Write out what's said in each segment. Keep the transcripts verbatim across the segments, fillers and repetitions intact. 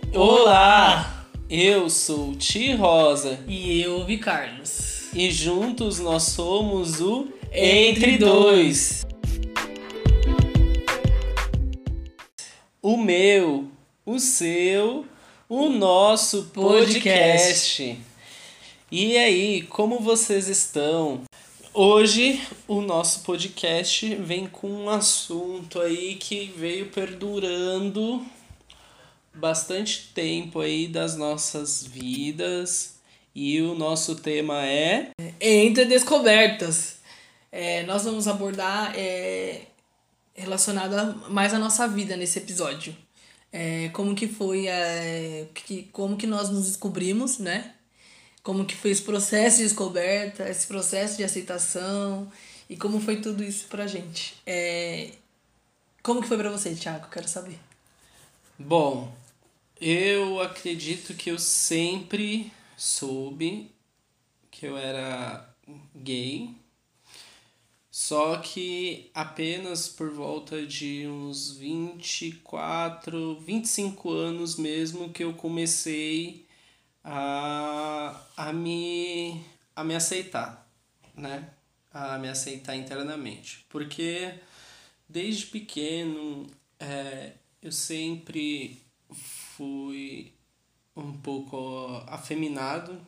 Olá! Eu sou Ti Rosa E eu, Vi Carlos. e juntos nós somos o Entre Dois. O meu, o seu, o nosso podcast. Podcast. E aí, como vocês estão? Hoje o nosso podcast vem com um assunto aí que veio perdurando bastante tempo aí das nossas vidas. E o nosso tema é... Entre Descobertas. É, nós vamos abordar é, relacionado a, mais à nossa vida nesse episódio. É, como que foi, é, que, como que nós nos descobrimos, né? Como que foi esse processo de descoberta, esse processo de aceitação e como foi tudo isso pra gente. É, como que foi pra você, Thiago? Quero saber. Bom, eu acredito que eu sempre soube que eu era gay, só que apenas por volta de uns vinte e quatro, vinte e cinco anos mesmo que eu comecei a, a, me, a me aceitar, né? A me aceitar internamente. Porque desde pequeno é, eu sempre fui um pouco afeminado,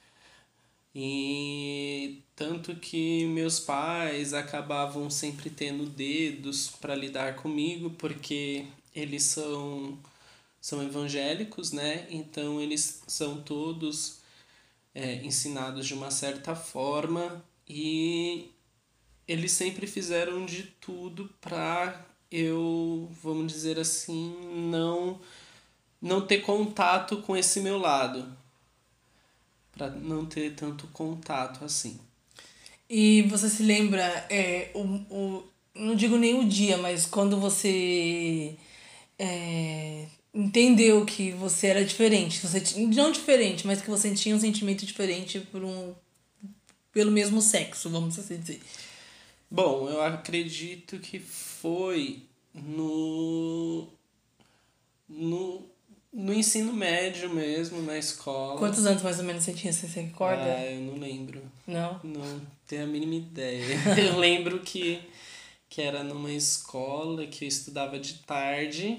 e tanto que meus pais acabavam sempre tendo dedos para lidar comigo, porque eles são, são evangélicos, né? Então eles são todos é, ensinados de uma certa forma, e eles sempre fizeram de tudo para eu, vamos dizer assim, não, não ter contato com esse meu lado. Para não ter tanto contato assim. E você se lembra, é, o, o, não digo nem o dia, mas quando você é, entendeu que você era diferente, você t- não diferente, mas que você tinha um sentimento diferente por um, pelo mesmo sexo, vamos assim dizer. Bom, eu acredito que foi no, no, no ensino médio mesmo, na escola. Quantos anos mais ou menos você tinha, você se recorda? Ah, eu não lembro. Não? Não tenho a mínima ideia. Eu lembro que, que era numa escola que eu estudava de tarde,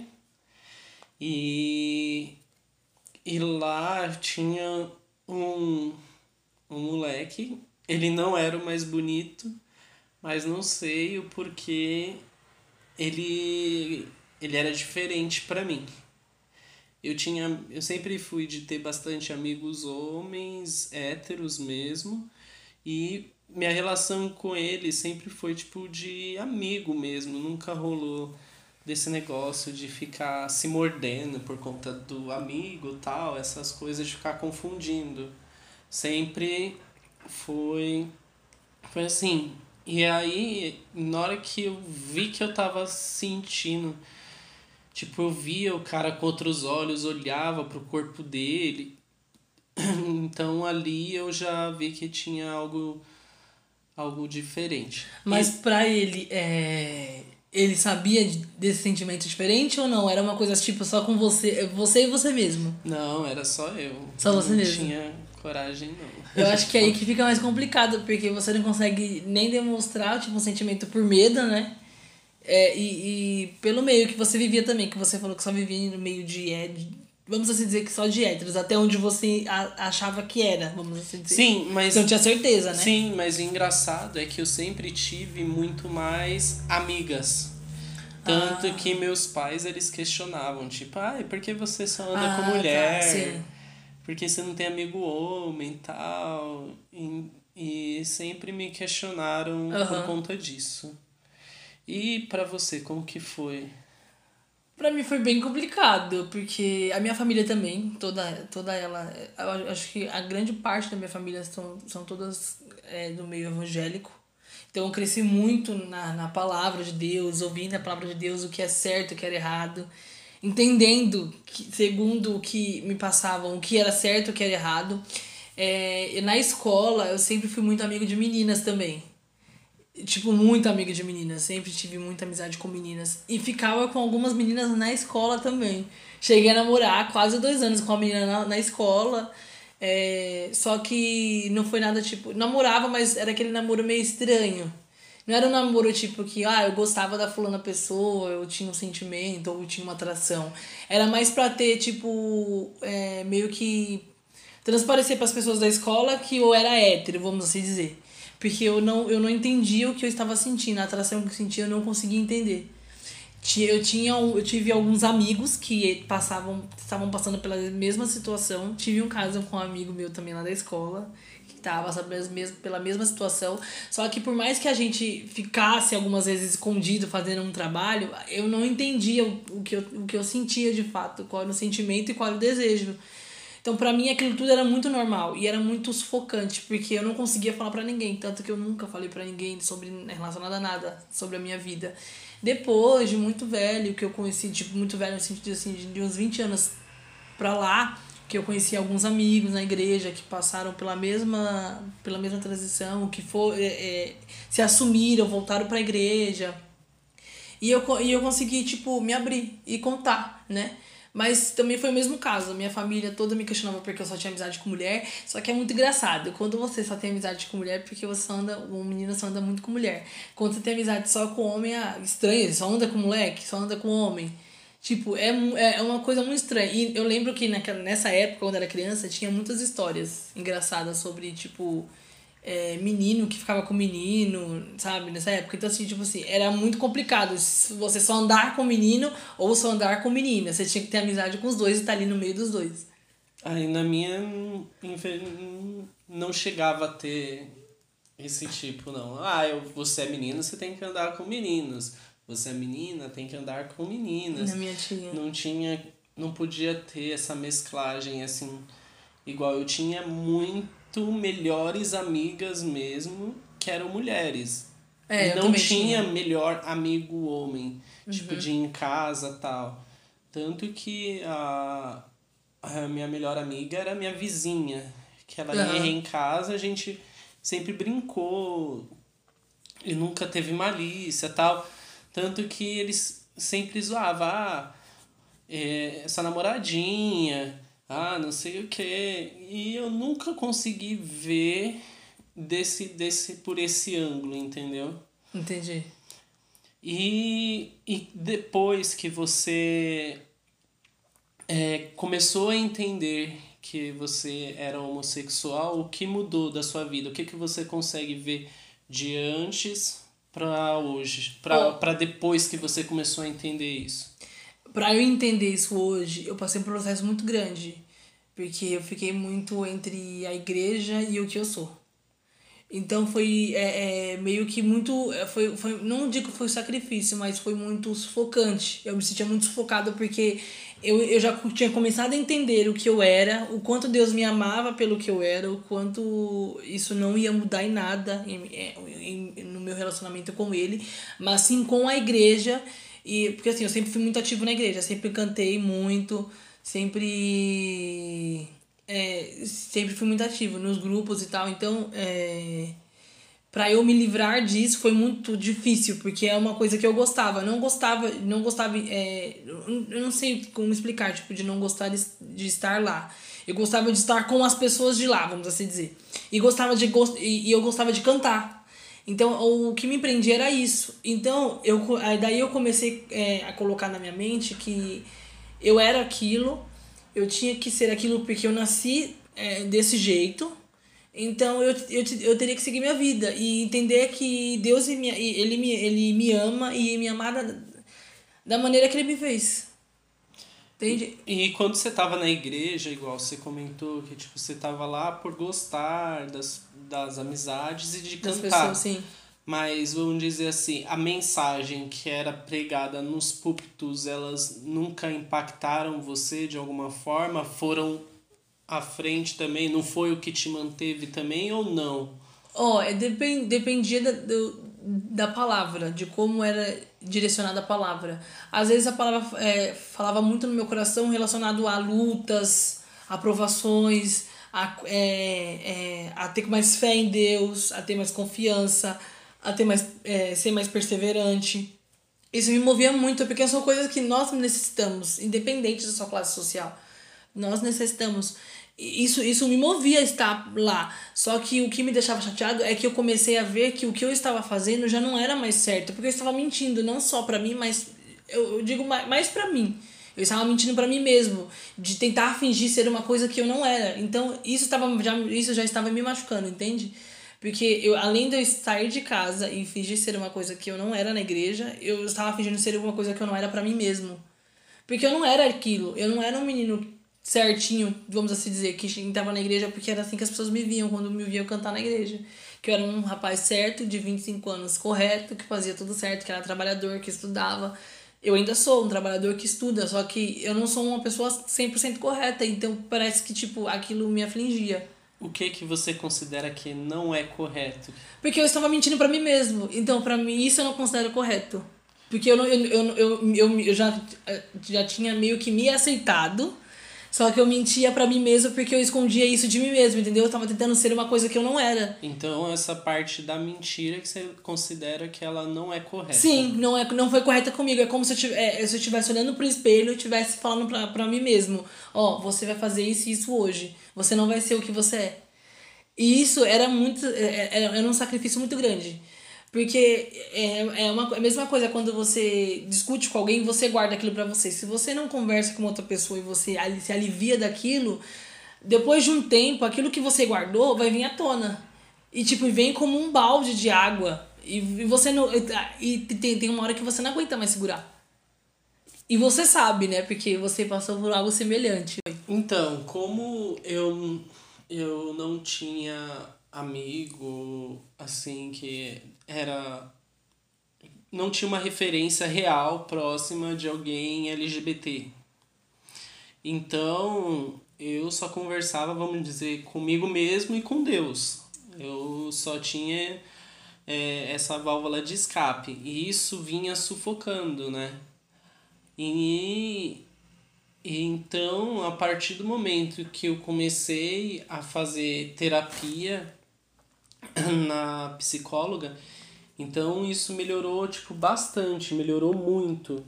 e, e lá tinha um, um moleque. Ele não era o mais bonito, mas não sei o porquê ele, ele era diferente pra mim. Eu tinha, eu sempre fui de ter bastante amigos homens, héteros mesmo, e minha relação com ele sempre foi tipo de amigo mesmo, nunca rolou desse negócio de ficar se mordendo por conta do amigo, tal, essas coisas de ficar confundindo. Sempre foi foi assim. E aí, na hora que eu vi que eu tava sentindo, tipo, eu via o cara com outros olhos, olhava pro corpo dele. Então ali eu já vi que tinha algo, algo diferente. Mas E, pra ele, é, ele sabia de- desse sentimento diferente ou não? Era uma coisa tipo só com você, você e você mesmo? não, era só eu. Só você não mesmo. tinha coragem, não. Eu acho que é aí que fica mais complicado, porque você não consegue nem demonstrar tipo, um sentimento por medo, né? É, e, e pelo meio que você vivia também, que você falou que só vivia no meio de, é, de- vamos assim dizer que só de héteros, até onde você a- achava que era, vamos assim dizer. Sim, mas... Você não tinha certeza, né? Sim, mas o engraçado é que eu sempre tive muito mais amigas. Tanto Ah. que meus pais, eles questionavam, tipo, ai, por que você só anda Ah, com tá, mulher? sim. Por que você não tem amigo homem e tal? E, e sempre me questionaram por Aham. conta disso. E pra você, como que foi? Pra mim foi bem complicado, porque a minha família também, toda, toda ela, eu acho que a grande parte da minha família são, são todas é, do meio evangélico. Então eu cresci muito na, na palavra de Deus, ouvindo a palavra de Deus, o que é certo, o que era errado, entendendo, que, segundo o que me passavam, o que era certo, o que era errado. É, e na escola eu sempre fui muito amigo de meninas também. tipo, muito amiga de meninas. Sempre tive muita amizade com meninas. E ficava com algumas meninas na escola também. Cheguei a namorar quase dois anos com uma menina na, na escola. É, só que não foi nada tipo. Namorava, mas era aquele namoro meio estranho. Não era um namoro tipo que, ah, eu gostava da fulana pessoa, eu tinha um sentimento, ou eu tinha uma atração. Era mais pra ter, tipo, é, meio que transparecer pras pessoas da escola que eu era hétero, vamos assim dizer. Porque eu não, eu não entendia o que eu estava sentindo, a atração que eu sentia eu não conseguia entender. Eu, tinha, um- eu tive alguns amigos que passavam, estavam passando pela mesma situação. Tive um caso com um amigo meu também lá da escola, que estava passando pelas mes- pela mesma situação. Só que por mais que a gente ficasse algumas vezes escondido fazendo um trabalho, eu não entendia o, o, que, eu, o que eu sentia de fato, qual era o sentimento e qual era o desejo. Então, pra mim, aquilo tudo era muito normal e era muito sufocante, porque eu não conseguia falar pra ninguém, tanto que eu nunca falei pra ninguém sobre relacionado a nada, sobre a minha vida. Depois de muito velho, que eu conheci, tipo, muito velho no sentido assim, de uns vinte anos pra lá, que eu conheci alguns amigos na igreja que passaram pela mesma, pela mesma transição, que for, é, é, se assumiram, voltaram pra igreja. E eu, co- e eu consegui, tipo, me abrir e contar, né? Mas também foi o mesmo caso. A minha família toda me questionava porque eu só tinha amizade com mulher. Só que é muito engraçado. Quando você só tem amizade com mulher, porque você só anda. Um menino só anda muito com mulher. Quando você tem amizade só com homem, é estranho. Ele só anda com moleque, só anda com homem. Tipo, é, mu- é é uma coisa muito estranha. E eu lembro que naquela, nessa época, quando eu era criança, tinha muitas histórias engraçadas sobre, tipo, é, menino que ficava com menino, sabe? Nessa época. Então, assim, tipo assim, era muito complicado se você só andar com menino ou só andar com menina. Você tinha que ter amizade com os dois e estar ali no meio dos dois. Aí na minha infe- não chegava a ter esse tipo, não. Ah, eu, você é menina, você tem que andar com meninos. Você é menina, tem que andar com Na meninas. minha tia. Não tinha, não podia ter essa mesclagem assim, igual eu tinha muito melhores amigas mesmo, que eram mulheres. E É, eu não também tinha tinha. melhor amigo homem, tipo de ir em casa, tal. Tanto que a a minha melhor amiga era minha vizinha, que ela ia Aham. em casa, a gente sempre brincou e nunca teve malícia, tal. Tanto que eles sempre zoavam, ah, é, essa namoradinha, ah, não sei o quê. E eu nunca consegui ver desse, desse por esse ângulo, entendeu? Entendi. E, e depois que você é, começou a entender que você era homossexual, o que mudou da sua vida? O que, que você consegue ver de antes para hoje? Ó, Para depois que você começou a entender isso? pra eu entender isso hoje, eu passei por um processo muito grande. Porque eu fiquei muito entre a igreja e o que eu sou. Então foi é, é, meio que muito. é, Foi, foi, não digo que foi sacrifício, mas foi muito sufocante. Eu me sentia muito sufocada porque eu, eu já tinha começado a entender o que eu era, o quanto Deus me amava pelo que eu era, o quanto isso não ia mudar em nada em, em, em- no meu relacionamento com Ele, mas sim com a igreja. E, porque assim, eu sempre fui muito ativo na igreja, sempre cantei muito, sempre é, sempre fui muito ativo nos grupos e tal, então é, para eu me livrar disso foi muito difícil, porque é uma coisa que eu gostava. Eu não gostava, não gostava, é, eu não sei como explicar, tipo, de não gostar de, de estar lá. Eu gostava de estar com as pessoas de lá, vamos assim dizer. E gostava de gost... e, e eu gostava de cantar. Então, o que me prendia era isso. Então, eu, aí daí eu comecei é, a colocar na minha mente que eu era aquilo, eu tinha que ser aquilo porque eu nasci é, desse jeito. Então eu, eu, eu teria que seguir minha vida e entender que Deus ele me, ele me, ele me ama e me amar da, da maneira que ele me fez. E, Entende? e quando você estava na igreja, igual você comentou, que tipo, você estava lá por gostar das, das amizades e de Das pessoas, cantar. sim. Mas vamos dizer assim, a mensagem que era pregada nos púlpitos, elas nunca impactaram você de alguma forma? Foram à frente também? Não foi o que te manteve também ou não? Ó, é, depend, dependia da, do, da palavra, de como era direcionada a palavra. Às vezes a palavra é, falava muito no meu coração relacionado a lutas, a provações, a, é, é, a ter mais fé em Deus, a ter mais confiança, a ter mais, é, ser mais perseverante. Isso me movia muito, porque são coisas que nós necessitamos, independente da sua classe social. Nós necessitamos. Isso, isso me movia a estar lá. Só que o que me deixava chateado é que eu comecei a ver que o que eu estava fazendo já não era mais certo. Porque eu estava mentindo, não só pra mim, mas eu, eu digo mais, mais pra mim. Eu estava mentindo pra mim mesmo, de tentar fingir ser uma coisa que eu não era. Então isso, tava, já, isso já estava me machucando, entende? Porque eu, além de eu sair de casa e fingir ser uma coisa que eu não era na igreja, eu estava fingindo ser uma coisa que eu não era pra mim mesmo. Porque eu não era aquilo, eu não era um menino certinho, vamos assim dizer, que estava na igreja, porque era assim que as pessoas me viam quando me viam cantar na igreja. Que eu era um rapaz certo, de vinte e cinco anos, correto, que fazia tudo certo, que era trabalhador, que estudava. Eu ainda sou um trabalhador que estuda, só que eu não sou uma pessoa cem por cento correta, então parece que, tipo, aquilo me afligia. O que que você considera que não é correto? Porque eu estava mentindo pra mim mesmo, então pra mim isso eu não considero correto. Porque eu, não, eu, eu, eu, eu, eu já, já tinha meio que me aceitado. Só que eu mentia pra mim mesmo porque eu escondia isso de mim mesmo, entendeu? Eu tava tentando ser uma coisa que eu não era. Então, essa parte da mentira que você considera que ela não é correta. Sim, não, é, não foi correta comigo. É como se eu tivesse, é, se eu estivesse olhando pro espelho e estivesse falando pra, pra mim mesmo. Ó, você vai fazer isso e isso hoje. Você não vai ser o que você é. E isso era muito... Era, era um sacrifício muito grande. Porque é, é uma, a mesma coisa quando você discute com alguém, você guarda aquilo pra você. Se você não conversa com outra pessoa e você se alivia daquilo, depois de um tempo, aquilo que você guardou vai vir à tona. E tipo, vem como um balde de água. E, e você não. E tem, tem uma hora que você não aguenta mais segurar. E você sabe, né? Porque você passou por algo semelhante. Então, como eu, eu não tinha amigo, assim, que era... Não tinha uma referência real próxima de alguém L G B T. Então, eu só conversava, vamos dizer, comigo mesmo e com Deus. Eu só tinha é, essa válvula de escape. E isso vinha sufocando, né? E, e então, a partir do momento que eu comecei a fazer terapia na psicóloga, então isso melhorou, tipo, bastante, melhorou muito.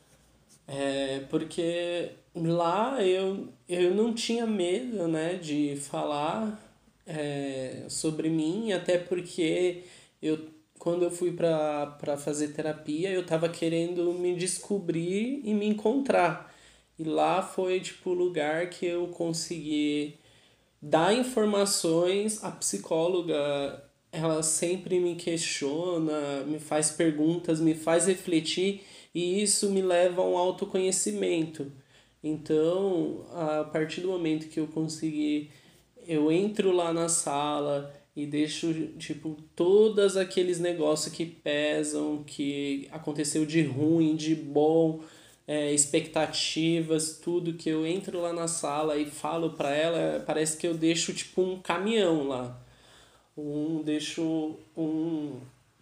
É, porque lá eu, eu não tinha medo, né, de falar é, sobre mim, até porque eu, quando eu fui pra, pra fazer terapia, eu tava querendo me descobrir e me encontrar. E lá foi, tipo, o lugar que eu consegui dar informações. A psicóloga, ela sempre me questiona, me faz perguntas, me faz refletir, e isso me leva a um autoconhecimento. Então, a partir do momento que eu consegui, eu entro lá na sala e deixo, tipo, todos aqueles negócios que pesam, que aconteceu de ruim, de bom, é, expectativas, tudo, que eu entro lá na sala e falo pra ela, parece que eu deixo, tipo, um caminhão lá. Um, deixo um,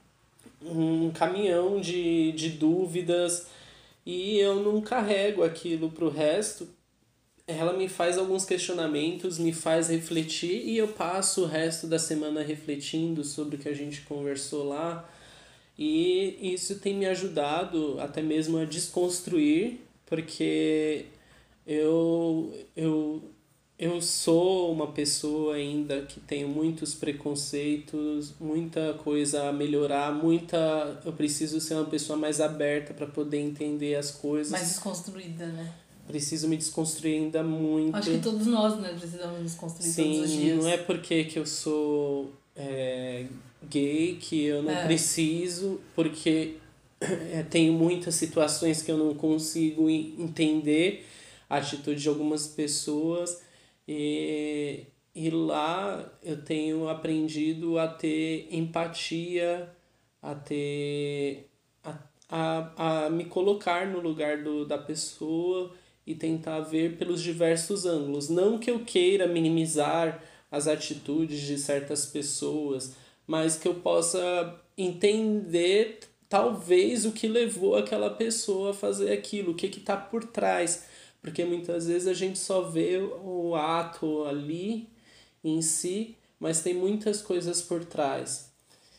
um caminhão de, de dúvidas, e eu não carrego aquilo pro resto. Ela me faz alguns questionamentos, me faz refletir, e eu passo o resto da semana refletindo sobre o que a gente conversou lá. E isso tem me ajudado até mesmo a desconstruir, porque eu, eu, eu sou uma pessoa ainda que tenho muitos preconceitos, muita coisa a melhorar, muita, eu preciso ser uma pessoa mais aberta para poder entender as coisas. Mais desconstruída, né? Preciso me desconstruir ainda muito. Acho que todos nós, né, precisamos nos desconstruir. Sim, todos os dias. não é porque que eu sou é, gay que eu não É. preciso, porque é, tenho muitas situações que eu não consigo entender a atitude de algumas pessoas, e, e lá eu tenho aprendido a ter empatia, a ter a, a, a me colocar no lugar do, da pessoa e tentar ver pelos diversos ângulos. Não que eu queira minimizar as atitudes de certas pessoas, mas que eu possa entender talvez o que levou aquela pessoa a fazer aquilo, o que que tá por trás. Porque muitas vezes a gente só vê o ato ali em si, mas tem muitas coisas por trás.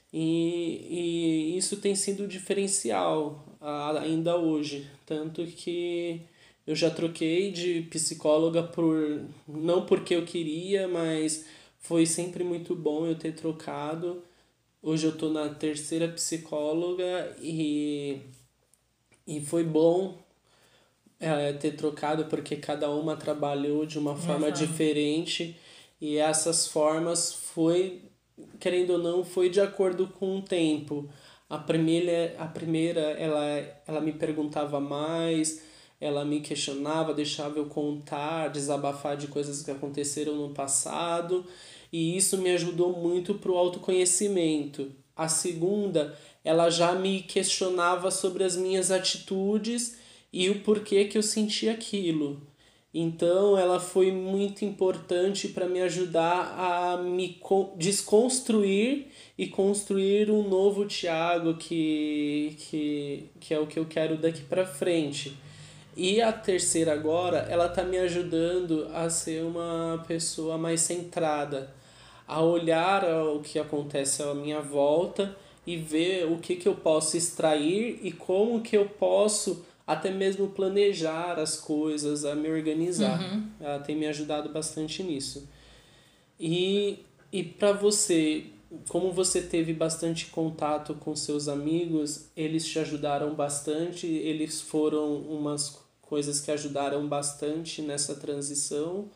E, e isso tem sido o diferencial a- ainda hoje. Tanto que eu já troquei de psicóloga por não porque eu queria, mas foi sempre muito bom eu ter trocado. Hoje eu tô na terceira psicóloga e, e foi bom é, ter trocado porque cada uma trabalhou de uma Uma forma forma. diferente e essas formas foi, querendo ou não, foi de acordo com o tempo. A primeira, a primeira ela, ela me perguntava mais, ela me questionava, deixava eu contar, desabafar de coisas que aconteceram no passado e isso me ajudou muito para o autoconhecimento. A segunda, ela já me questionava sobre as minhas atitudes e o porquê que eu senti aquilo. Então ela foi muito importante para me ajudar a me desconstruir e construir um novo Thiago que, que, que é o que eu quero daqui para frente. E a terceira agora, ela tá me ajudando a ser uma pessoa mais centrada, a olhar o que acontece à minha volta e ver o que, que eu posso extrair e como que eu posso até mesmo planejar as coisas, a me organizar. Uhum. Ela tem me ajudado bastante nisso. E, e para você, como você teve bastante contato com seus amigos, eles te ajudaram bastante, eles foram umas coisas que ajudaram bastante nessa transição.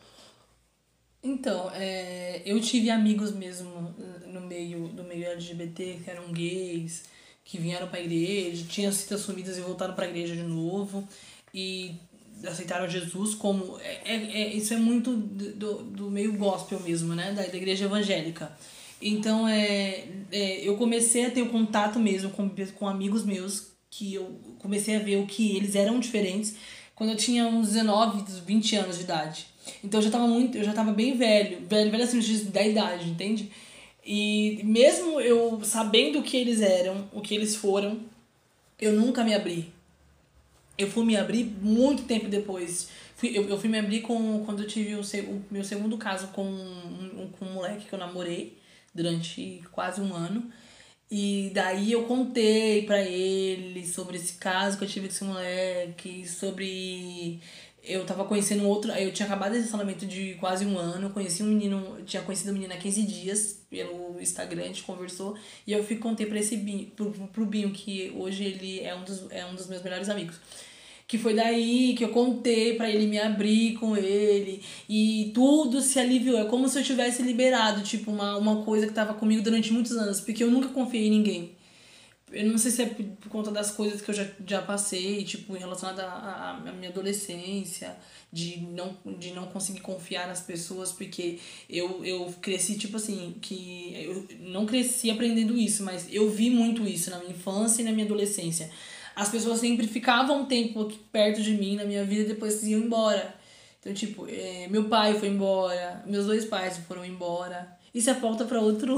Então, é, eu tive amigos mesmo no meio do meio L G B T que eram gays, que vieram pra igreja, tinham sido assumidas e voltaram pra igreja de novo e aceitaram Jesus como. É, é, é- isso é muito do, do meio gospel mesmo, né? Da, da igreja evangélica. Então, é, é, eu comecei a ter o contato mesmo com, com amigos meus, que eu comecei a ver o que eles eram diferentes quando eu tinha uns dezenove, vinte anos de idade. Então eu já tava muito, eu já tava bem velho, velho, velho assim, da idade, entende? E mesmo eu sabendo o que eles eram, o que eles foram, eu nunca me abri. Eu fui me abrir muito tempo depois. Fui, eu, eu fui me abrir com, quando eu tive o, se- o meu segundo caso com um, um- com um moleque que eu namorei durante quase um ano. E daí eu contei pra ele sobre esse caso que eu tive com esse moleque, sobre. Eu tava conhecendo um outro. Eu tinha acabado esse relacionamento de quase um ano. Eu conheci um menino. Eu tinha conhecido a menina há quinze dias pelo Instagram, a gente conversou. E eu fui contei pra esse Binho, pro, pro Binho, que hoje ele é um dos, é um dos meus melhores amigos. Que foi daí que eu contei pra ele me abrir com ele. E tudo se aliviou. É como se eu tivesse liberado, tipo, uma, uma coisa que tava comigo durante muitos anos. Porque eu nunca confiei em ninguém. Eu não sei se é por, por conta das coisas que eu já, já passei, tipo, relacionada à, à minha adolescência, de não, de não conseguir confiar nas pessoas, porque eu, eu cresci, tipo assim, que eu não cresci aprendendo isso, mas eu vi muito isso na minha infância e na minha adolescência. As pessoas sempre ficavam um tempo aqui perto de mim na minha vida e depois iam embora. Então, tipo, é, meu pai foi embora, meus dois pais foram embora. Isso é pauta pra outro,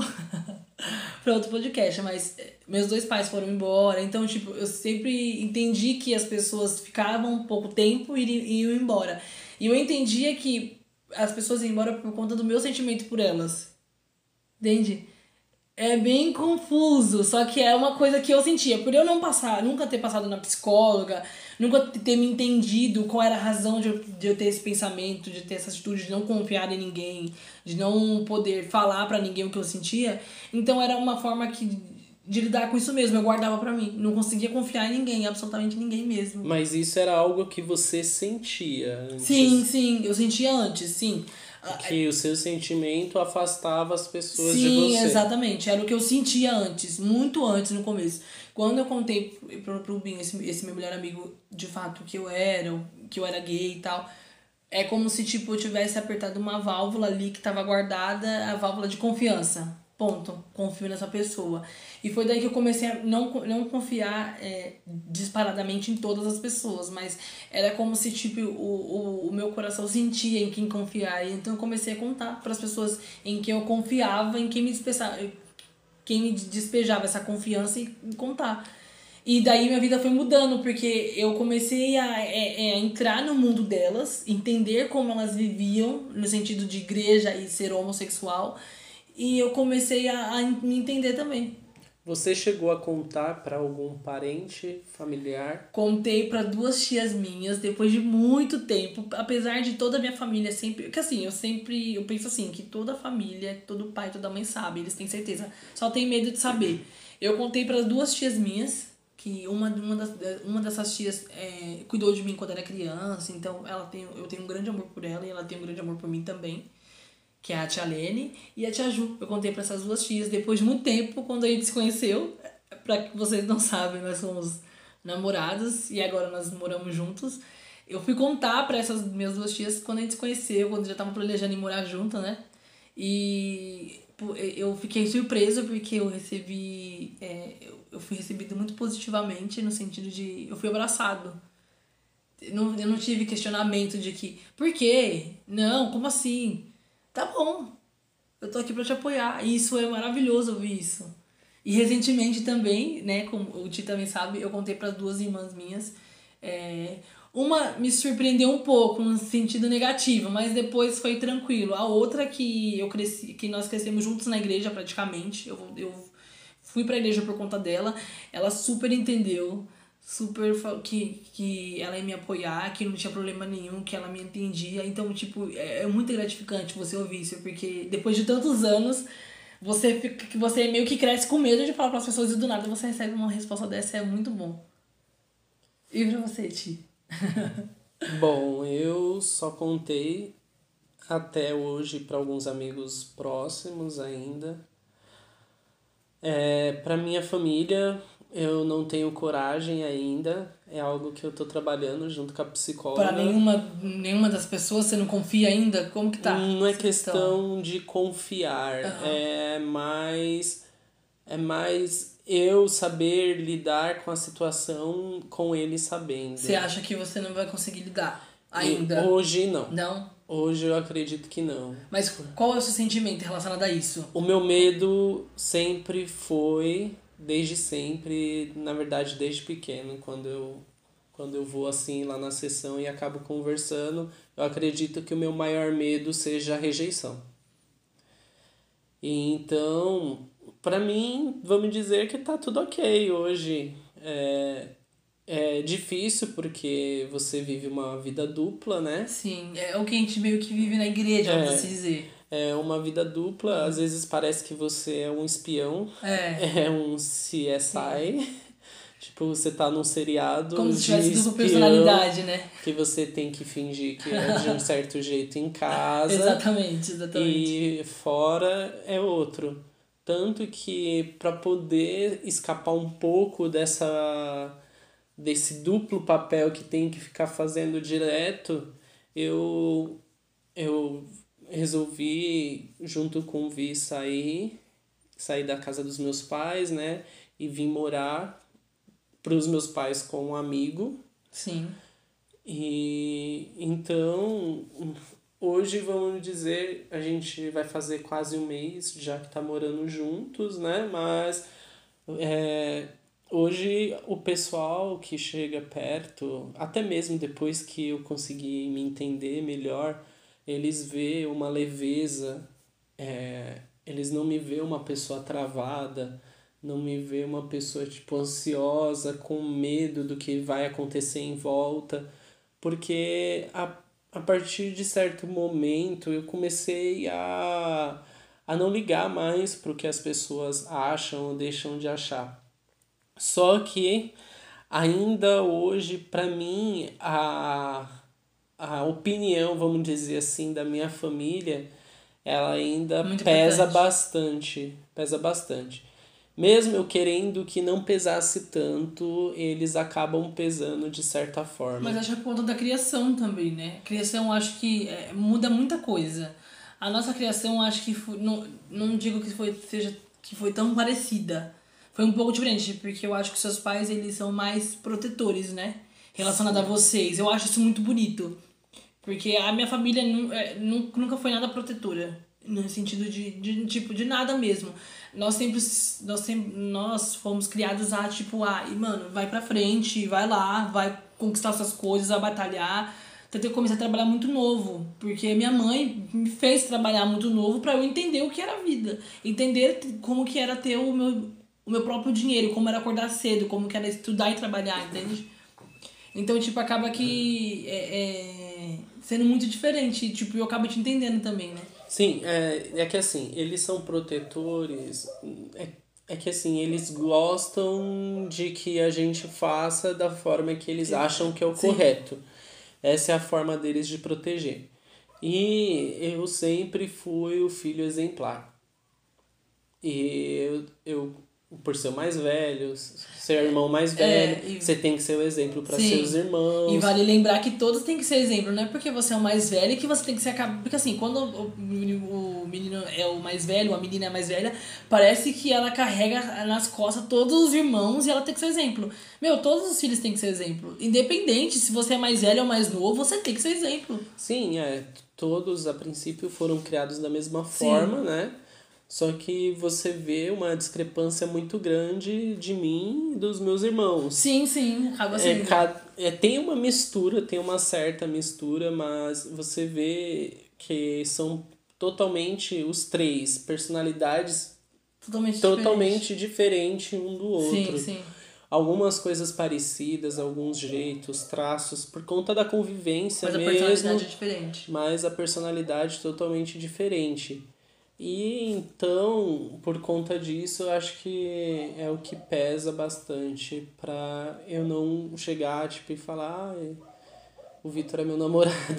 pra outro podcast, mas é, meus dois pais foram embora. Então, tipo, eu sempre entendi que as pessoas ficavam pouco tempo e iri- iam embora. E eu entendia que as pessoas iam embora por conta do meu sentimento por elas. Entende? É bem confuso, só que é uma coisa que eu sentia. Por eu não passar, nunca ter passado na psicóloga, nunca ter me entendido qual era a razão de eu, de eu ter esse pensamento, de ter essa atitude de não confiar em ninguém, de não poder falar pra ninguém o que eu sentia. Então era uma forma que, de lidar com isso mesmo, eu guardava pra mim. Não conseguia confiar em ninguém, absolutamente ninguém mesmo. Mas isso era algo que você sentia Sim, antes, sim, eu sentia antes, sim. que o seu sentimento afastava as pessoas de Sim, você. exatamente. Era o que eu sentia antes, muito antes no começo. Quando eu contei pro, pro Binho, esse, esse meu melhor amigo, de fato, que eu era, que eu era gay e tal, é como se, tipo, eu tivesse apertado uma válvula ali que tava guardada, a válvula de confiança. Ponto. Confio nessa pessoa. E foi daí que eu comecei a não, não confiar é, disparadamente em todas as pessoas, mas era como se, tipo, o, o, o meu coração sentia em quem confiar. E então eu comecei a contar para as pessoas em quem eu confiava, em quem me despejava, quem me despejava essa confiança e contar. E daí minha vida foi mudando, porque eu comecei a, é, é, entrar no mundo delas, entender como elas viviam, no sentido de igreja e ser homossexual, e eu comecei a, a me entender também. Você chegou a contar para algum parente, familiar? Contei para duas tias minhas depois de muito tempo, apesar de toda a minha família sempre, porque assim, eu sempre, eu penso assim, que toda a família, todo pai, toda mãe sabe, eles têm certeza, só tem medo de saber. Eu contei para duas tias minhas, que uma, uma, das, uma dessas tias é, cuidou de mim quando era criança, então ela tem, eu tenho um grande amor por ela e ela tem um grande amor por mim também, que é a tia Lene e a tia Ju. Eu contei para essas duas tias depois de muito tempo, quando a gente se conheceu. Pra que vocês não sabem, nós somos namorados e agora nós moramos juntos. Eu fui contar para essas minhas duas tias quando a gente se conheceu, quando já tava planejando em morar junto, né? E eu fiquei surpresa porque eu recebi... É, eu fui recebido muito positivamente, no sentido de... Eu fui abraçado. Eu não, eu não tive questionamento de que... Por quê? Não, como assim? Tá bom, eu tô aqui pra te apoiar. E isso é maravilhoso ouvir isso. E recentemente também, né, como o Ti também sabe, eu contei para duas irmãs minhas. É, uma me surpreendeu um pouco no sentido negativo, mas depois foi tranquilo. A outra que eu cresci, que nós crescemos juntos na igreja praticamente. Eu, eu fui pra igreja por conta dela. Ela super entendeu. Super que, que ela ia me apoiar, que não tinha problema nenhum, que ela me entendia. Então, tipo, é, é muito gratificante você ouvir isso, porque depois de tantos anos, você, fica, você meio que cresce com medo de falar para as pessoas e do nada você recebe uma resposta dessa, é muito bom. E pra você, Ti? Bom, eu só contei até hoje para alguns amigos próximos ainda. É, para minha família, eu não tenho coragem ainda. É algo que eu tô trabalhando junto com a psicóloga. Para nenhuma, nenhuma das pessoas, você não confia ainda? Como que tá? Não é questão de confiar. Uhum. É mais... É mais eu saber lidar com a situação com ele sabendo. Você acha que você não vai conseguir lidar ainda? E hoje não. Não? Hoje eu acredito que não. Mas qual é o seu sentimento relacionado a isso? O meu medo sempre foi, desde sempre, na verdade desde pequeno, quando eu, quando eu vou assim lá na sessão e acabo conversando, eu acredito que o meu maior medo seja a rejeição. E então, pra mim, vamos dizer que tá tudo ok hoje. É, é difícil porque você vive uma vida dupla, né? Sim, é o que a gente meio que vive na igreja, É. vamos assim dizer. É uma vida dupla, às vezes parece que você é um espião, É. é um C S I, tipo, você tá num seriado Como de se tivesse dupla espião, personalidade, né? que você tem que fingir que é de um certo jeito em casa. Exatamente, exatamente. E fora é outro. Tanto que para poder escapar um pouco dessa desse duplo papel que tem que ficar fazendo direto, eu eu resolvi, junto com o Vi, sair, sair da casa dos meus pais, né? E vim morar pros meus pais com um amigo. Sim. E então, hoje vamos dizer, a gente vai fazer quase um mês já que tá morando juntos, né? Mas é, hoje o pessoal que chega perto, até mesmo depois que eu consegui me entender melhor, eles vê uma leveza, é, eles não me vê uma pessoa travada, não me vê uma pessoa tipo ansiosa, com medo do que vai acontecer em volta, porque a, a partir de certo momento eu comecei a, a não ligar mais pro que as pessoas acham ou deixam de achar. Só que ainda hoje, para mim, a a opinião, vamos dizer assim, da minha família, ela ainda Muito pesa importante. bastante, pesa bastante. Mesmo eu querendo que não pesasse tanto, eles acabam pesando de certa forma. Mas acho que é por conta da criação também, né? Criação, acho que é, muda muita coisa. A nossa criação, acho que foi, não, não digo que foi, seja, que foi tão parecida. Foi um pouco diferente, porque eu acho que seus pais, eles são mais protetores, né? Relacionado a vocês. Eu acho isso muito bonito. Porque a minha família nunca foi nada protetora. No sentido de, de tipo, de nada mesmo. Nós sempre, nós sempre nós fomos criados a, tipo, ah, e, mano, vai pra frente, vai lá, vai conquistar suas coisas, a batalhar. Então eu comecei a trabalhar muito novo. Porque minha mãe me fez trabalhar muito novo pra eu entender o que era a vida. Entender como que era ter o meu... o meu próprio dinheiro, como era acordar cedo, como que era estudar e trabalhar, entende? Então, tipo, acaba que é, é sendo muito diferente. Tipo, eu acabo te entendendo também, né? Sim, é, é que assim, eles são protetores. É, é que assim, eles gostam de que a gente faça da forma que eles acham que é o Sim. correto. Essa é a forma deles de proteger. E eu sempre fui o filho exemplar. E eu, eu por ser o mais velho, ser o irmão mais velho, É, e- você tem que ser o exemplo para Sim. seus irmãos. E vale lembrar que todos têm que ser exemplo, não é porque você é o mais velho que você tem que ser acabado. Porque assim, quando o menino, o menino é o mais velho, a menina é a mais velha, parece que ela carrega nas costas todos os irmãos e ela tem que ser exemplo. Meu, todos os filhos têm que ser exemplo. Independente se você é mais velho ou mais novo, você tem que ser exemplo. Sim, é. Todos a princípio foram criados da mesma forma, né? Só que você vê uma discrepância muito grande de mim e dos meus irmãos. Sim, sim, acaba É, sendo. ca- é, tem uma mistura, tem uma certa mistura, mas você vê que são totalmente os três personalidades Totalmente, totalmente diferentes um do diferente. outro. Sim, sim. Algumas coisas parecidas, alguns jeitos, traços, por conta da convivência Mas a mesmo, personalidade é diferente. mas a personalidade totalmente diferente. E então, por conta disso, eu acho que é o que pesa bastante pra eu não chegar tipo, e falar: ah, o Vitor é meu namorado.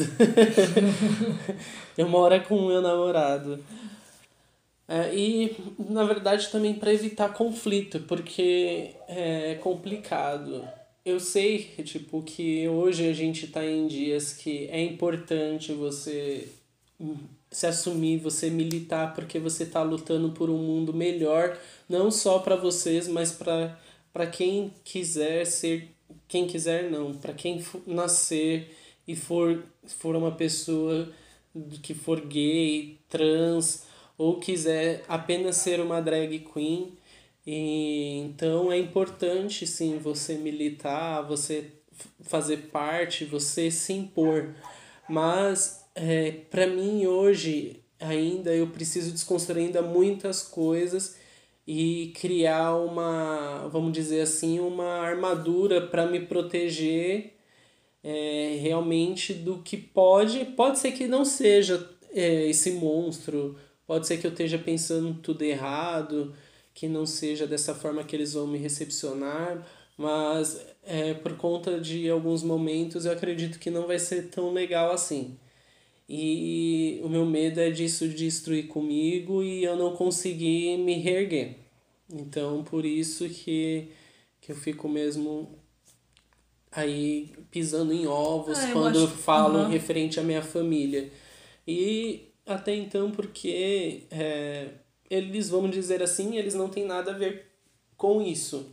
Eu moro com o meu namorado. É, e, na verdade, também para evitar conflito, porque é complicado. Eu sei, tipo, que hoje a gente tá em dias que é importante você se assumir, você militar, porque você tá lutando por um mundo melhor, não só para vocês, mas para para quem quiser ser, quem quiser não, para quem for, nascer e for for uma pessoa que for gay, trans, ou quiser apenas ser uma drag queen. E, então é importante sim você militar, você fazer parte, você se impor. Mas é, para mim hoje ainda eu preciso desconstruir ainda muitas coisas e criar uma, vamos dizer assim, uma armadura para me proteger é, realmente do que pode. Pode ser que não seja é, esse monstro, pode ser que eu esteja pensando tudo errado, que não seja dessa forma que eles vão me recepcionar, mas é, por conta de alguns momentos eu acredito que não vai ser tão legal assim. E o meu medo é disso destruir comigo e eu não conseguir me reerguer. Então, por isso que, que eu fico mesmo aí pisando em ovos Ah, eu quando eu acho- falo Aham. referente à minha família. E até então, porque é, eles, vamos dizer assim, eles não têm nada a ver com isso.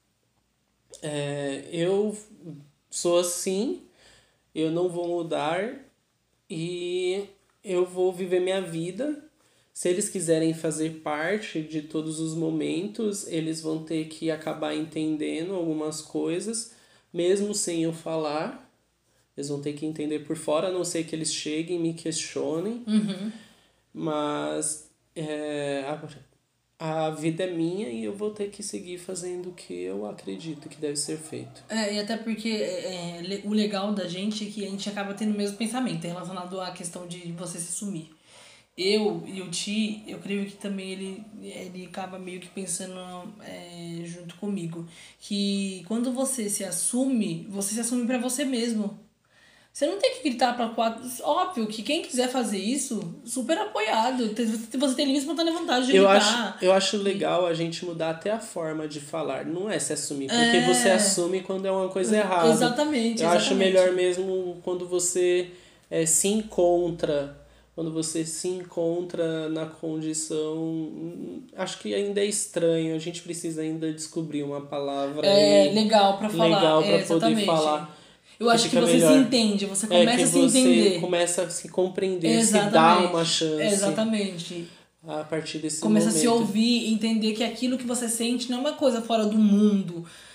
É, eu sou assim, eu não vou mudar e eu vou viver minha vida. Se eles quiserem fazer parte de todos os momentos, eles vão ter que acabar entendendo algumas coisas, mesmo sem eu falar. Eles vão ter que entender por fora, a não ser que eles cheguem e me questionem. Uhum. Mas é, a, a vida é minha e eu vou ter que seguir fazendo o que eu acredito que deve ser feito. É, e até porque é, le- o legal da gente é que a gente acaba tendo o mesmo pensamento relacionado à questão de você se sumir. Eu e o Ti, eu creio que também ele, ele acaba meio que pensando é, junto comigo. Que quando você se assume, você se assume pra você mesmo. Você não tem que gritar pra quatro. Óbvio que quem quiser fazer isso, super apoiado. Tem- Você tem livre e espontânea vontade de Eu gritar. acho, eu acho legal a gente mudar até a forma de falar. Não é se assumir, porque É. você assume quando é uma coisa errada. Exatamente, Eu acho exatamente. melhor mesmo quando você é, se encontra. Quando você se encontra na condição. hum, Acho que ainda é estranho. A gente precisa ainda descobrir uma palavra É aí legal pra falar. legal é, para poder exatamente. falar. Eu acho que fica você melhor. se entende, você É começa que a se você entender. começa a se compreender, se Exatamente. dá uma chance Exatamente. a partir desse Começa momento. a se ouvir, entender que aquilo que você sente não é uma coisa fora do mundo.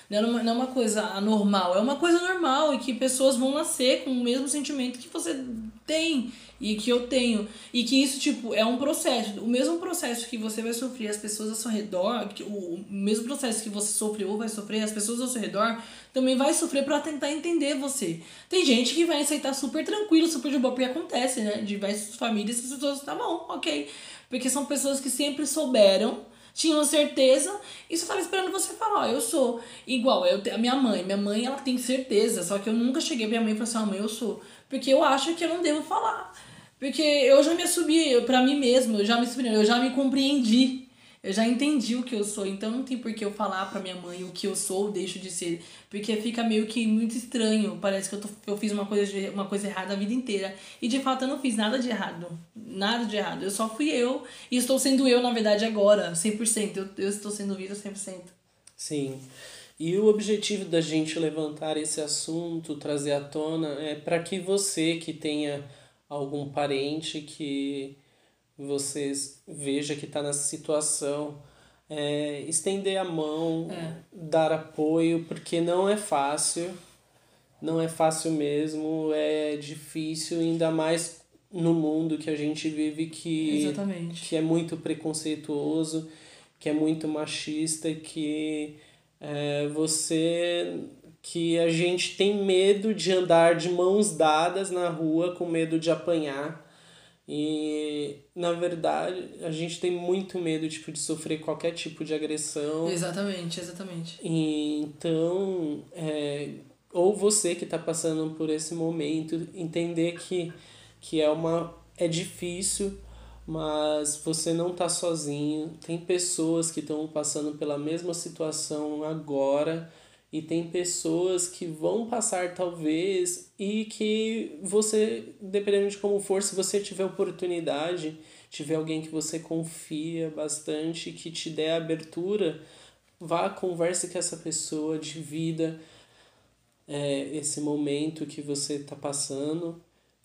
Não é uma, não é uma coisa anormal, é uma coisa normal e que pessoas vão nascer com o mesmo sentimento que você tem e que eu tenho. E que isso, tipo, é um processo. O mesmo processo que você vai sofrer, as pessoas ao seu redor, que o mesmo processo que você sofre ou vai sofrer, as pessoas ao seu redor também vai sofrer pra tentar entender você. Tem gente que vai aceitar super tranquilo, super de boa, porque acontece, né? Diversas famílias, as pessoas, tá bom, ok. Porque são pessoas que sempre souberam, tinham certeza e só tava esperando você falar, ó, eu sou igual, eu, a minha mãe, minha mãe ela tem certeza, só que eu nunca cheguei pra minha mãe e falei assim, ó, mãe, eu sou, porque eu acho que eu não devo falar, porque eu já me assumi pra mim mesmo, eu já me assumi, eu já me compreendi, eu já entendi o que eu sou, então não tem por que eu falar pra minha mãe o que eu sou ou deixo de ser, porque fica meio que muito estranho, parece que eu, tô, eu fiz uma coisa, de, uma coisa errada a vida inteira, e de fato eu não fiz nada de errado, nada de errado, eu só fui eu, e estou sendo eu na verdade agora, cem por cento, eu, eu estou sendo vida cem por cento. Sim. E o objetivo da gente levantar esse assunto, trazer à tona, é para que você que tenha algum parente que vocês veja que está nessa situação, é, estender a mão, É. dar apoio, porque não é fácil, não é fácil mesmo, é difícil, ainda mais no mundo que a gente vive que, Exatamente. que é muito preconceituoso, que é muito machista, que é, você que a gente tem medo de andar de mãos dadas na rua com medo de apanhar. E, na verdade, a gente tem muito medo tipo, de sofrer qualquer tipo de agressão. Exatamente, exatamente. E, então, é, ou você que está passando por esse momento, entender que, que é, uma, é difícil, mas você não está sozinho. Tem pessoas que estão passando pela mesma situação agora. E tem pessoas que vão passar talvez e que você, dependendo de como for, se você tiver oportunidade, tiver alguém que você confia bastante, que te dê abertura, vá, converse com essa pessoa, divida é, esse momento que você está passando,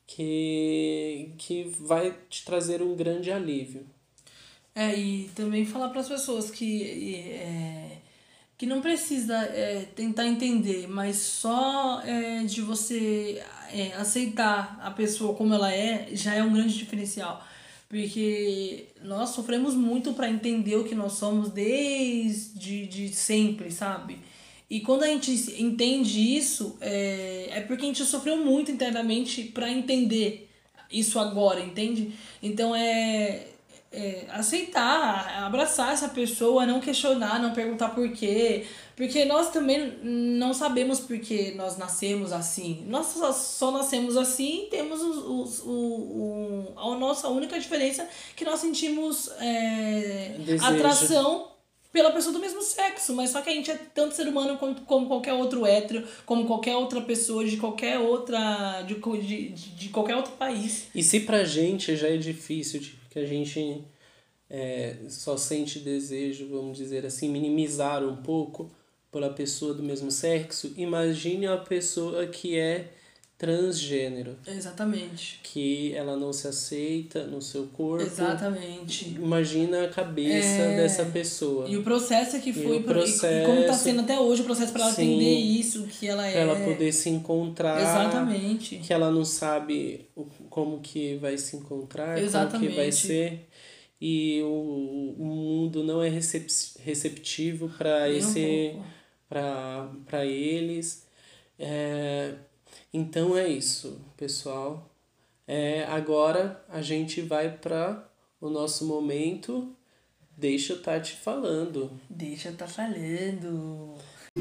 que, que vai te trazer um grande alívio. É, e também falar para as pessoas que é, que não precisa é, tentar entender, mas só é, de você é, aceitar a pessoa como ela é, já é um grande diferencial. Porque nós sofremos muito para entender o que nós somos desde de sempre, sabe? E quando a gente entende isso, é, é porque a gente sofreu muito internamente para entender isso agora, entende? Então é, é aceitar, abraçar essa pessoa, não questionar, não perguntar por quê. Porque nós também não sabemos por que nós nascemos assim. Nós só, só nascemos assim e temos os, os, o, o, a nossa única diferença que nós sentimos é, Desejo. atração pela pessoa do mesmo sexo, mas só que a gente é tanto ser humano como, como qualquer outro hétero, como qualquer outra pessoa de qualquer outra de, de, de qualquer outro país. E se pra gente já é difícil, tipo, que a gente é, só sente desejo, vamos dizer assim, minimizar um pouco pela pessoa do mesmo sexo, imagine a pessoa que é transgênero. Exatamente. Que ela não se aceita no seu corpo. Exatamente. Imagina a cabeça é... dessa pessoa. E o processo que foi, e, processo... e como está sendo até hoje o processo para ela Sim, entender isso, que ela é. Para ela poder se encontrar. Exatamente. Que ela não sabe como que vai se encontrar, Exatamente. como que vai ser. E o, o mundo não é recep receptivo para esse um para eles. É, então é isso, pessoal. É, agora a gente vai para o nosso momento. Deixa eu tá te falando. Deixa eu tá falando.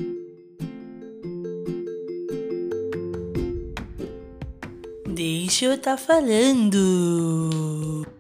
Deixa eu tá falando.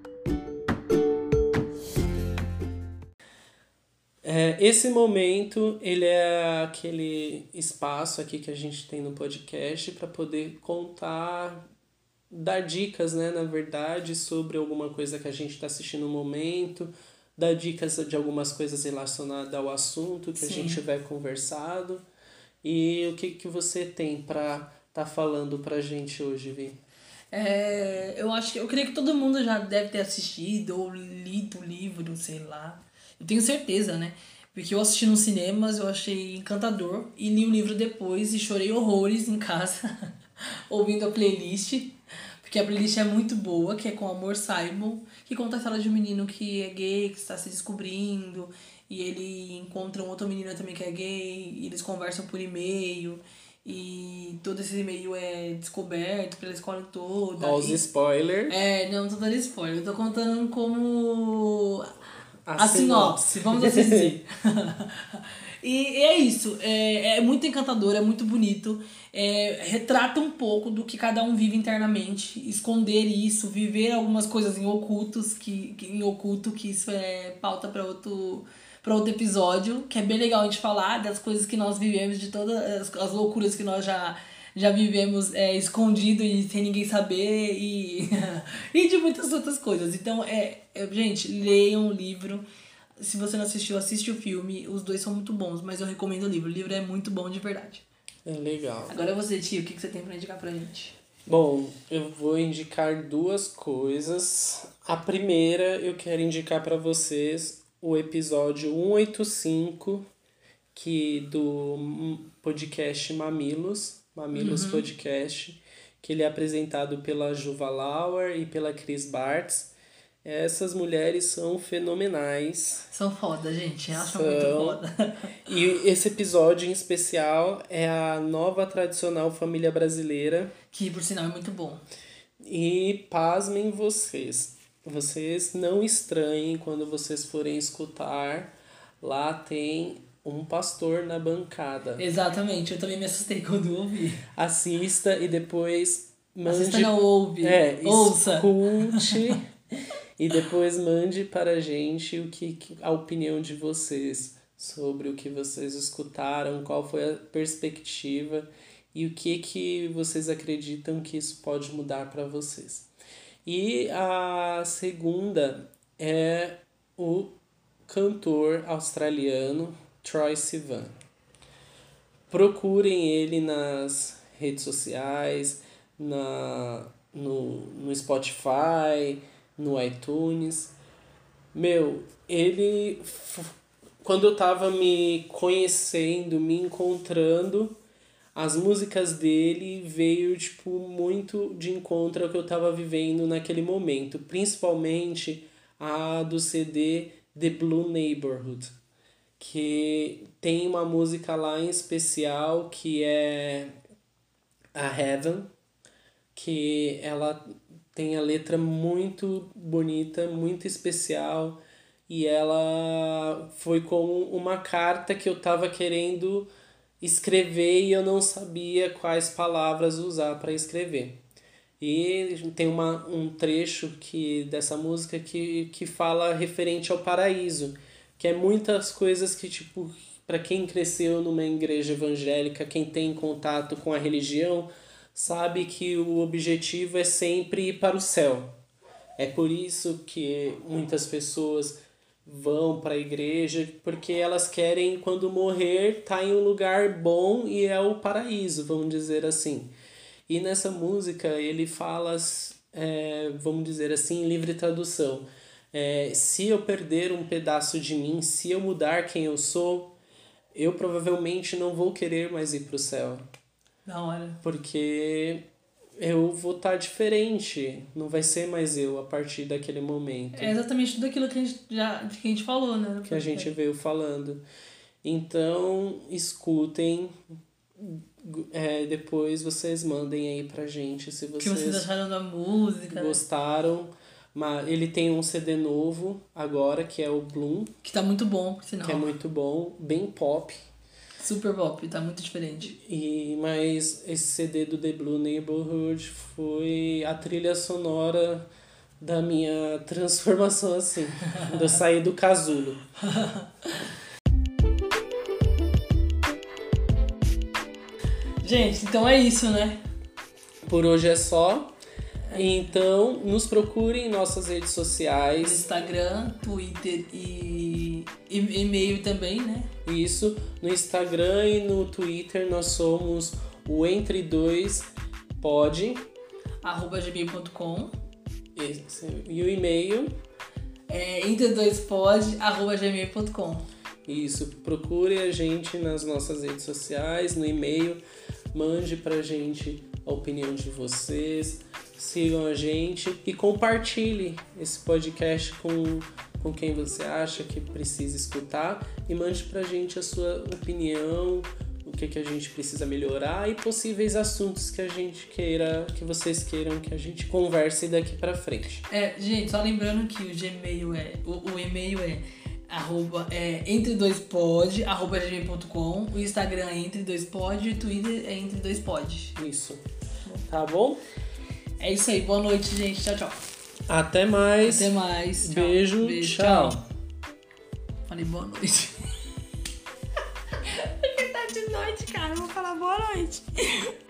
É, esse momento, ele é aquele espaço aqui que a gente tem no podcast para poder contar, dar dicas, né, na verdade, sobre alguma coisa que a gente está assistindo no momento, dar dicas de algumas coisas relacionadas ao assunto que Sim. a gente tiver conversado. E o que, que você tem para tá falando pra gente hoje, Vi? É, eu acho que eu creio que todo mundo já deve ter assistido ou lido o livro, sei lá. Eu tenho certeza, né? Porque eu assisti nos cinemas, eu achei encantador. E li o livro depois e chorei horrores em casa, ouvindo a playlist. Porque a playlist é muito boa, que é com Amor Simon, que conta a história de um menino que é gay, que está se descobrindo. E ele encontra um outro menino também que é gay, e eles conversam por e-mail. E todo esse e-mail é descoberto pela escola toda. Olha os e... spoilers. É, não tô dando spoiler. Eu tô contando como a, A sinopse, vamos assim dizer. E é isso. É, é muito encantador, é muito bonito. É, retrata um pouco do que cada um vive internamente. Esconder isso, viver algumas coisas em ocultos, que, que, em oculto, que isso é pauta para outro... para outro episódio, que é bem legal a gente falar das coisas que nós vivemos, de todas as, as loucuras que nós já, já vivemos é, escondido e sem ninguém saber, e, e de muitas outras coisas. Então, é, é, gente, leiam o livro. Se você não assistiu, assiste o filme. Os dois são muito bons, mas eu recomendo o livro. O livro é muito bom de verdade. É legal. Agora você, tio, o que, que você tem pra indicar pra gente? Bom, eu vou indicar duas coisas. A primeira, eu quero indicar pra vocês o episódio cento e oitenta e cinco, que do podcast Mamilos, Mamilos uhum. Podcast, que ele é apresentado pela Juva Lauer e pela Cris Bartz. Essas mulheres são fenomenais. São foda, gente. Elas são muito foda. E esse episódio em especial é a nova tradicional família brasileira. Que, por sinal, é muito bom. E pasmem vocês. Vocês não estranhem quando vocês forem escutar. Lá tem um pastor na bancada. Exatamente. Eu também me assustei quando ouvi. Assista e depois mande... Assista não, ouve. É, ouça. Escute... E depois mande para a gente o que, a opinião de vocês sobre o que vocês escutaram, qual foi a perspectiva e o que, que vocês acreditam que isso pode mudar para vocês. E a segunda é o cantor australiano Troye Sivan. Procurem ele nas redes sociais, na, no, no Spotify, no iTunes. Meu, ele... Quando eu tava me conhecendo, me encontrando, as músicas dele veio, tipo, muito de encontro ao que eu tava vivendo naquele momento. Principalmente a do C D The Blue Neighborhood, que tem uma música lá em especial que é a Heaven, que ela... tem a letra muito bonita, muito especial. E ela foi como uma carta que eu estava querendo escrever e eu não sabia quais palavras usar para escrever. E tem uma, um trecho que, dessa música que, que fala referente ao paraíso. Que é muitas coisas que, tipo, para quem cresceu numa igreja evangélica, quem tem contato com a religião... sabe que o objetivo é sempre ir para o céu. É por isso que muitas pessoas vão para a igreja, porque elas querem, quando morrer, estar em um lugar bom e é o paraíso, vamos dizer assim. E nessa música ele fala, é, vamos dizer assim, em livre tradução, é, se eu perder um pedaço de mim, se eu mudar quem eu sou, eu provavelmente não vou querer mais ir para o céu. Da hora. Porque eu vou estar diferente. Não vai ser mais eu a partir daquele momento. É exatamente tudo aquilo que a gente, já, que a gente falou, né? Que a gente veio falando. Então, escutem. É, depois vocês mandem aí pra gente se vocês... O que vocês acharam da música. Gostaram. Mas ele tem um C D novo agora, que é o Bloom. Que tá muito bom, por sinal. Que é muito bom. Bem pop. Super pop, tá muito diferente. E, mas esse C D do The Blue Neighborhood foi a trilha sonora da minha transformação, assim. Quando eu saí do casulo. Gente, então é isso, né? Por hoje é só. Então, nos procurem em nossas redes sociais. Instagram, Twitter e e-mail também, né? Isso. No Instagram e no Twitter nós somos o Entre Dois Pod. arroba gmail ponto com. E o e-mail é entre dois pod arroba gmail ponto com. Isso, procure a gente nas nossas redes sociais, no e-mail, mande pra gente a opinião de vocês, sigam a gente e compartilhe esse podcast com, com quem você acha que precisa escutar e mande pra gente a sua opinião, o que, que a gente precisa melhorar e possíveis assuntos que a gente queira, que vocês queiram que a gente converse daqui pra frente. É, gente, só lembrando que o Gmail é, o, o e-mail é arroba é, entre dois pod, arroba gmail ponto com, o Instagram é entre dois pod e o Twitter é entre dois pod. Isso. Tá bom? É isso aí. Boa noite, gente. Tchau, tchau. Até mais. Até mais. Tchau. Beijo, Beijo tchau. tchau. Falei boa noite. Porque tá de noite, cara. Eu vou falar boa noite.